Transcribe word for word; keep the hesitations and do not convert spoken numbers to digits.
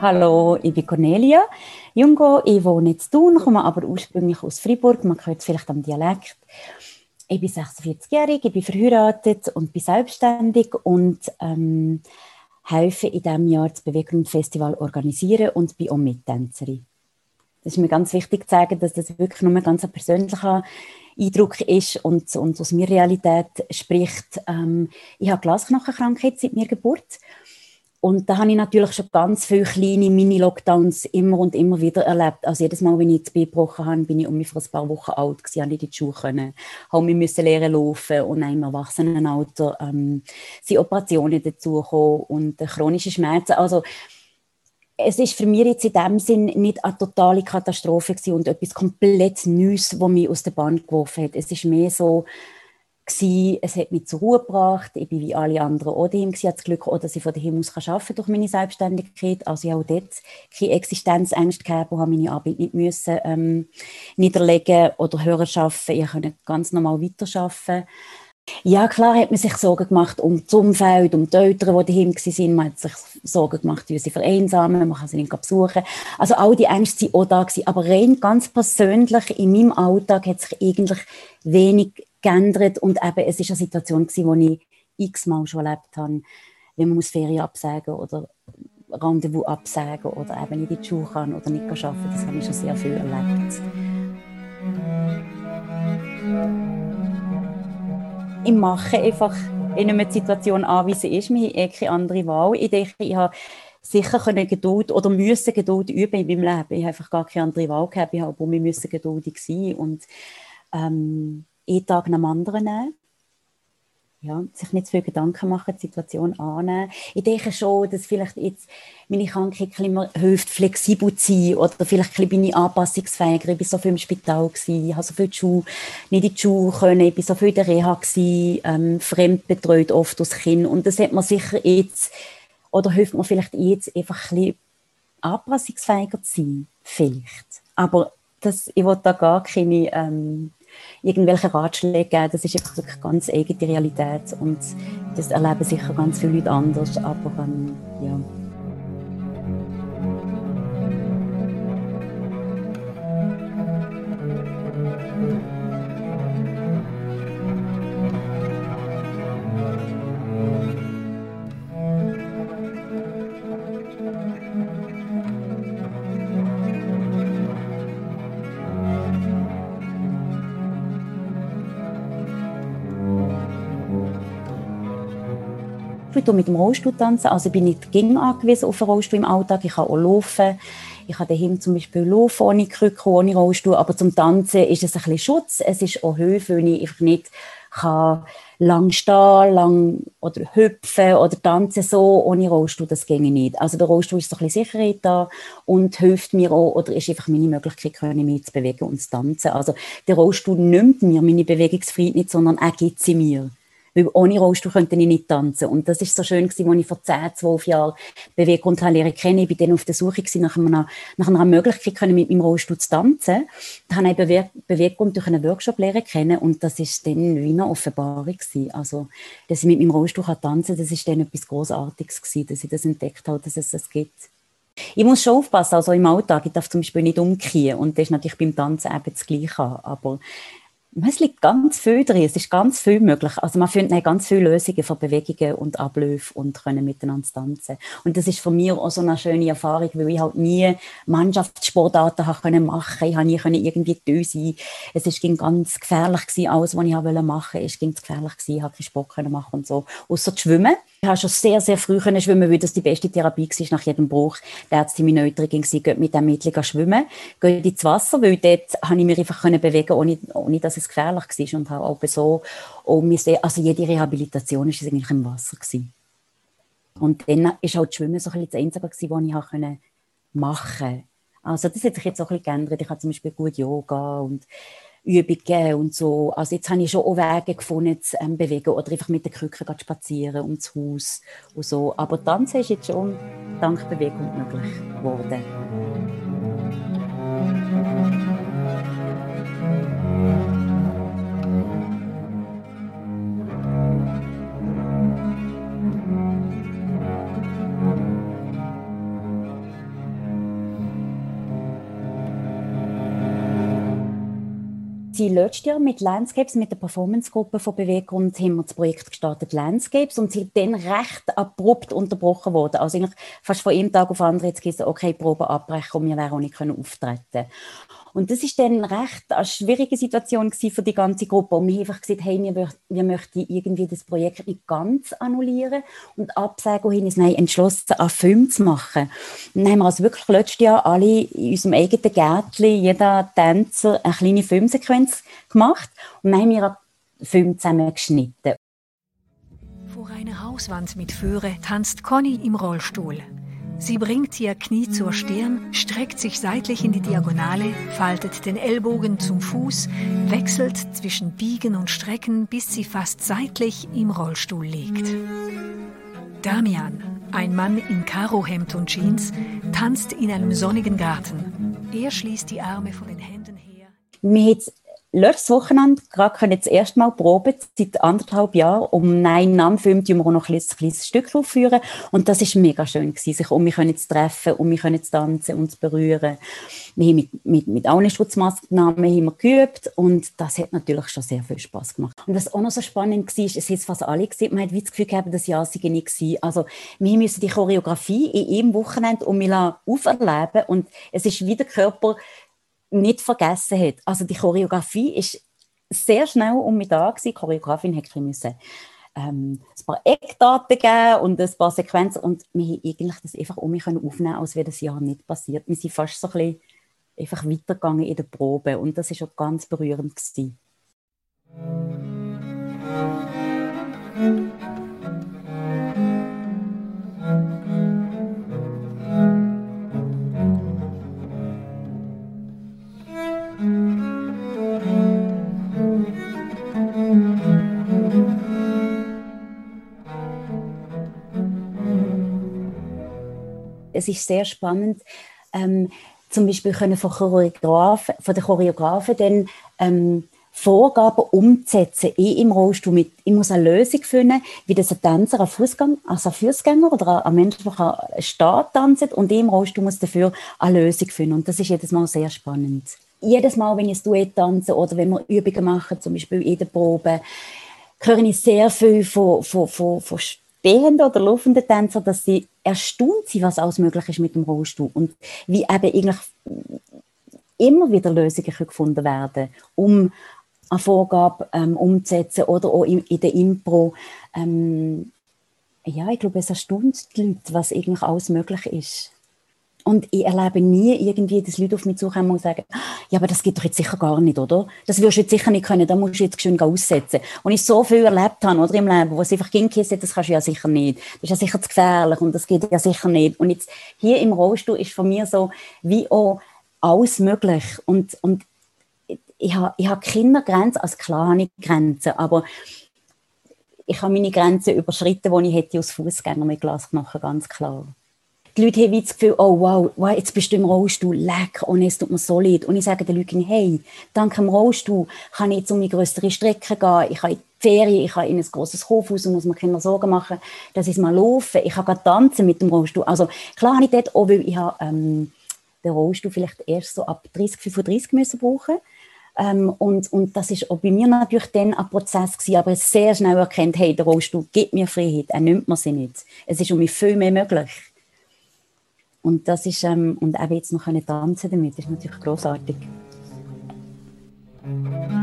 Hallo, ich bin Cornelia Jungo. Ich wohne in Thun, komme aber ursprünglich aus Freiburg. Man hört es vielleicht am Dialekt. Ich bin sechsundvierzigjährig, ich bin verheiratet und bin selbstständig und ähm, helfe in diesem Jahr das Beweggrundfestival organisieren und bin auch Mittänzerin. Das ist mir ganz wichtig zu sagen, dass das wirklich nur ein ganz persönlicher Eindruck ist und, und aus meiner Realität spricht. Ähm, ich habe Glasknochenkrankheit seit meiner Geburt. Und da habe ich natürlich schon ganz viele kleine Mini-Lockdowns immer und immer wieder erlebt. Also jedes Mal, wenn ich das Bein gebrochen habe, bin ich um mich vor ein paar Wochen alt gewesen, habe nicht in die Schule können, habe mich müssen lernen laufen und dann im Erwachsenenalter ähm, sind Operationen dazugekommen und äh, chronische Schmerzen. Also es ist für mich jetzt in dem Sinn nicht eine totale Katastrophe gewesen und etwas komplett Neues, das mich aus der Bahn geworfen hat. Es ist mehr so, Gewesen. Es hat mich zur Ruhe gebracht. Ich bin wie alle anderen auch daheim gewesen. Ich hatte das Glück, auch, dass ich von daheim aus arbeiten kann durch meine Selbstständigkeit. Also ich habe auch dort keine Existenzängste gehabt und habe meine Arbeit nicht müssen, ähm, niederlegen oder höher arbeiten. Ich konnte ganz normal weiterarbeiten. Ja, klar hat man sich Sorgen gemacht um das Umfeld, um die Eltern, die daheim waren. Man hat sich Sorgen gemacht, wie sie vereinsamen, man kann sie nicht besuchen. Also all die Ängste waren auch da gewesen. Aber rein ganz persönlich in meinem Alltag hat sich eigentlich wenig geändert und eben, es war eine Situation gewesen, die ich x-mal schon erlebt habe, wenn man muss Ferien absagen oder Rendezvous absagen oder eben nicht in die Schule kann oder nicht arbeiten. Das habe ich schon sehr viel erlebt. Ich mache einfach, ich nehme die Situation an, wie sie ist. Wir haben eh keine andere Wahl. Ich denke, ich habe sicher Geduld oder müssen Geduld üben in meinem Leben. Ich habe einfach gar keine andere Wahl gehabt. Ich habe aber, wir müssen geduldig sein und ähm, einen Tag nach dem anderen nehmen. Ja, sich nicht zu viel Gedanken machen, die Situation annehmen. Ich denke schon, dass vielleicht jetzt meine Krankheit mir hilft, flexibel zu sein oder vielleicht bin ich anpassungsfähiger. Ich war so viel im Spital gewesen, ich habe so viel die Schule, nicht in die Schule können, ich war so viel in der Reha gewesen, ähm, fremdbetreut oft als Kind und das hat man sicher jetzt, oder hilft mir vielleicht jetzt einfach ein bisschen anpassungsfähiger zu sein, vielleicht. Aber das, ich will da gar keine ähm, irgendwelche Ratschläge geben, das ist einfach wirklich ganz eigene Realität und das erleben sicher ganz viele Leute anders, aber ähm, ja. Ich mit dem Rollstuhl tanzen, also bin ich nicht angewiesen auf einen Rollstuhl im Alltag, ich kann auch laufen, ich kann daheim zum Beispiel laufen ohne Krücke, ohne Rollstuhl, aber zum Tanzen ist es ein bisschen Schutz, es ist auch Hilfe, weil ich einfach nicht kann lang stehen, lang oder hüpfen oder tanzen so ohne Rollstuhl, das ginge nicht. Also der Rollstuhl ist so ein bisschen Sicherheit da und hilft mir auch, oder ist einfach meine Möglichkeit, mich zu bewegen und zu tanzen. Also der Rollstuhl nimmt mir meine Bewegungsfreiheit nicht, sondern er gibt sie mir. Weil ohne Rollstuhl könnte ich nicht tanzen. Und das ist so schön gewesen, als ich vor zehn, zwölf Jahren Beweggrund lernen kennen. Ich war dann auf der Suche nach einer, nach einer Möglichkeit, mit meinem Rollstuhl zu tanzen. Da habe ich Bewe Beweggrund durch einen Workshop lernen kennen. Und das ist dann wie eine Offenbarung gewesen. Also, dass ich mit meinem Rollstuhl tanzen kann, das ist dann etwas Grossartiges gewesen, dass ich das entdeckt habe, dass es das gibt. Ich muss schon aufpassen, also im Alltag, ich darf zum Beispiel nicht umkehren. Und das ist natürlich beim Tanzen eben das Gleiche. Aber es liegt ganz viel drin, es ist ganz viel möglich. Also man findet ganz viele Lösungen für Bewegungen und Abläufe und können miteinander tanzen. Und das ist für mich auch so eine schöne Erfahrung, weil ich halt nie Mannschaftssportarten machen konnte. Ich habe nie irgendwie dünn sein. Es war ganz gefährlich gewesen, alles, was ich machen wollte. Es war ganz gefährlich gewesen, ich konnte keinen Sport machen und so. Ausser das Schwimmen. Ich habe schon sehr, sehr früh schwimmen, weil das die beste Therapie war nach jedem Bruch. Die Ärztin, meine Eltern, ging geht mit dem Mädchen schwimmen, geht ins Wasser, weil dort konnte ich mich einfach bewegen, ohne, ohne dass es gefährlich war. Und habe auch so, auch also jede Rehabilitation war eigentlich im Wasser gewesen. Und dann war halt Schwimmen so ein bisschen das Einzige, was ich machen konnte. Also das hat sich jetzt auch ein bisschen geändert. Ich habe zum Beispiel gut Yoga und Übungen und so. Also jetzt habe ich schon auch Wege gefunden, zu ähm, bewegen oder einfach mit den Krücken spazieren ums Haus und so. Aber Tanzen ist jetzt schon dank Bewegung möglich geworden. Sie letztes Jahr mit Landscapes, mit der Performance-Gruppe von Beweggrund, haben wir das Projekt gestartet, Landscapes, und sie dann recht abrupt unterbrochen worden. Also eigentlich fast von einem Tag auf den anderen jetzt gesagt, okay, Probe abbrechen und wir wären auch nicht auftreten können. Und das ist dann recht eine schwierige Situation für die ganze Gruppe. Und wir haben einfach gesagt, hey, wir, wir möchten irgendwie das Projekt nicht ganz annullieren und absagen und haben uns nein, entschlossen, einen Film zu machen. Und dann haben wir also wirklich letztes Jahr alle in unserem eigenen Gärtchen, jeder Tänzer, eine kleine Filmsequenz gemacht. Und dann haben wir einen Film zusammen geschnitten. Vor einer Hauswand mit Föhre tanzt Conny im Rollstuhl. Sie bringt ihr Knie zur Stirn, streckt sich seitlich in die Diagonale, faltet den Ellbogen zum Fuß, wechselt zwischen Biegen und Strecken, bis sie fast seitlich im Rollstuhl liegt. Damian, ein Mann in Karohemd und Jeans, tanzt in einem sonnigen Garten. Er schließt die Arme von den Händen her. Wir letztes Wochenende gerade können das erste Mal proben, seit anderthalb Jahren. Um neun am Film tun wir auch noch ein kleines Stück aufführen. Und das war mega schön, sich um mich zu treffen, um mich zu tanzen und zu berühren. Wir haben mit, mit, mit allen Schutzmaßnahmen haben wir geübt und das hat natürlich schon sehr viel Spass gemacht. Und was auch noch so spannend war, es haben fast alle gesehen, man hat wie das Gefühl gehabt, das Jahr sei nicht gewesen. Also wir müssen die Choreografie in jedem Wochenende um mich auferleben und es ist wie der Körper nicht vergessen hat. Also die Choreografie ist sehr schnell um mich da gewesen. Die Choreografin hat müssen, ähm, ein paar Eckdaten geben und ein paar Sequenzen und wir haben eigentlich das einfach um mich aufnehmen, als wäre das Jahr nicht passiert. Wir sind fast so ein bisschen einfach weitergegangen in der Probe und das war auch ganz berührend gewesen. Es ist sehr spannend, ähm, zum Beispiel können von, Choreografen, von den Choreografen dann, ähm, Vorgaben umzusetzen, eh im Rollstuhl. Mit, ich muss eine Lösung finden, wie das ein Tänzer, ein Fußgänger, also ein Fußgänger oder ein Mensch, der steht, tanzt und ich im Rollstuhl muss dafür eine Lösung finden. Und das ist jedes Mal sehr spannend. Jedes Mal, wenn ich ein Duett tanze oder wenn wir Übungen machen, zum Beispiel in der Probe, höre ich sehr viel von, von, von, von stehenden oder laufenden Tänzern, dass sie erstaunt sind, was alles möglich ist mit dem Rollstuhl und wie eben eigentlich immer wieder Lösungen gefunden werden, um eine Vorgabe ähm, umzusetzen oder auch in, in der Impro. Ähm, ja, ich glaube, es erstaunt die Leute, was eigentlich alles möglich ist. Und ich erlebe nie irgendwie, dass Leute auf mich zukommen und sagen, ja, aber das geht doch jetzt sicher gar nicht, oder? Das wirst du jetzt sicher nicht können, da musst du jetzt schön aussetzen. Und ich so viel erlebt habe, oder, im Leben, wo es einfach ging, das kannst du ja sicher nicht. Das ist ja sicher zu gefährlich und das geht ja sicher nicht. Und jetzt hier im Rollstuhl ist von mir so, wie auch alles möglich. Und, und ich habe, ich habe keine Grenzen, also klar habe ich Grenzen, aber ich habe meine Grenzen überschritten, die ich hätte als Fußgänger mit Glasknochen, ganz klar. Die Leute haben das Gefühl, oh wow, wow, jetzt bist du im Rollstuhl, leck, oh, es tut mir so leid. Und ich sage den Leuten, hey, dank dem Rollstuhl kann ich jetzt um eine grössere Strecke gehen, ich kann in die Ferien, ich kann in ein grosses Hochhaus und muss mir keine Sorgen machen, dass ich mal laufen, ich kann gerade tanzen mit dem Rollstuhl. Also klar habe ich dort auch, weil ich habe, ähm, den Rollstuhl vielleicht erst so ab dreißig, fünfunddreißig müssen brauchen. Ähm, und, und das ist auch bei mir natürlich dann ein Prozess gewesen, aber es sehr schnell erkannt, hey, der Rollstuhl gibt mir Freiheit, er nimmt mir sie nicht. Es ist um mich viel mehr möglich. Und das ist, ähm, und eben jetzt noch tanzen damit, ist natürlich grossartig.